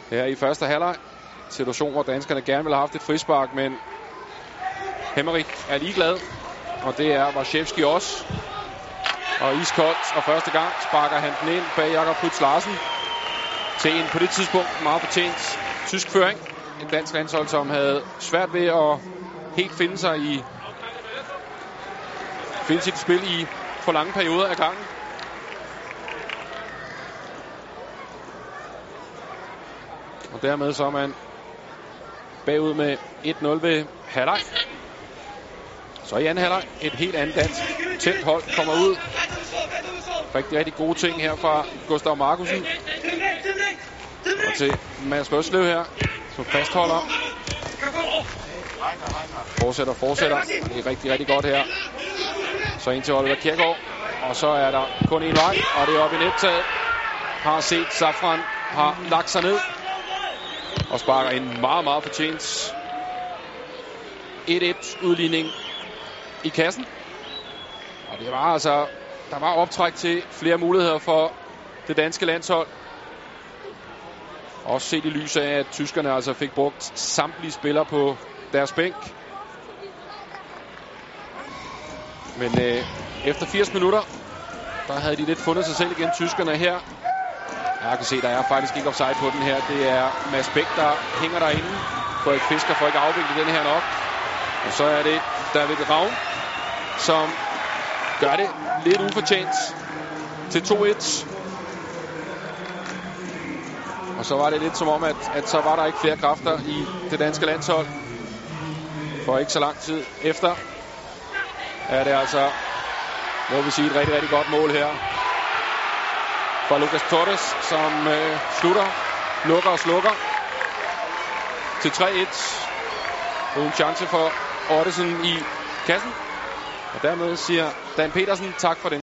her i første halvleg. Situation, hvor danskerne gerne ville have haft et frispark, men Hemmerich er ligeglad, og det er Warzewski også. Og iskoldt, og første gang sparker han den ind bag Jakob Prytz Larsen til en på det tidspunkt meget fortjent tysk føring. En dansk landshold, som havde svært ved at helt finde sit spil i for lange perioder af gangen. Og dermed så er man bagud med 1-0 ved halvleg. Så i anden halvleg et helt andet dansk tæt hold kommer ud. Rigtig gode ting her fra Gustav Markussen. Og til Mads Røslev her, som fastholder. Fortsætter. Det er rigtig godt her. Så ind til Oliver Kjærgaard. Og så er der kun en vej, og det er op i nettaget. Har set Safran, har lagt sig ned. Og sparker en meget fortjent 1-1 udligning i kassen. Og det var altså, der var optræk til flere muligheder for det danske landshold. Også set i lys af, at tyskerne altså fik brugt samtlige spillere på deres bænk. Men efter 80 minutter, der havde de lidt fundet sig selv igen, tyskerne her. Jeg kan se, der er faktisk ikke offside på den her. Det er Mads Bæk, der hænger derinde. Frederik Fisker får ikke afviklet den her nok. Og så er det David Ravn, som gør det lidt ufortjent til 2-1. Og så var det lidt som om, at så var der ikke flere kræfter i det danske landshold. For ikke så lang tid efter er det altså, må vi sige, et rigtig godt mål her fra Lucas Torres, som lukker og slukker til 3-1. Uden chance for Ottesen i kassen. Og dermed siger Dan Petersen tak for den.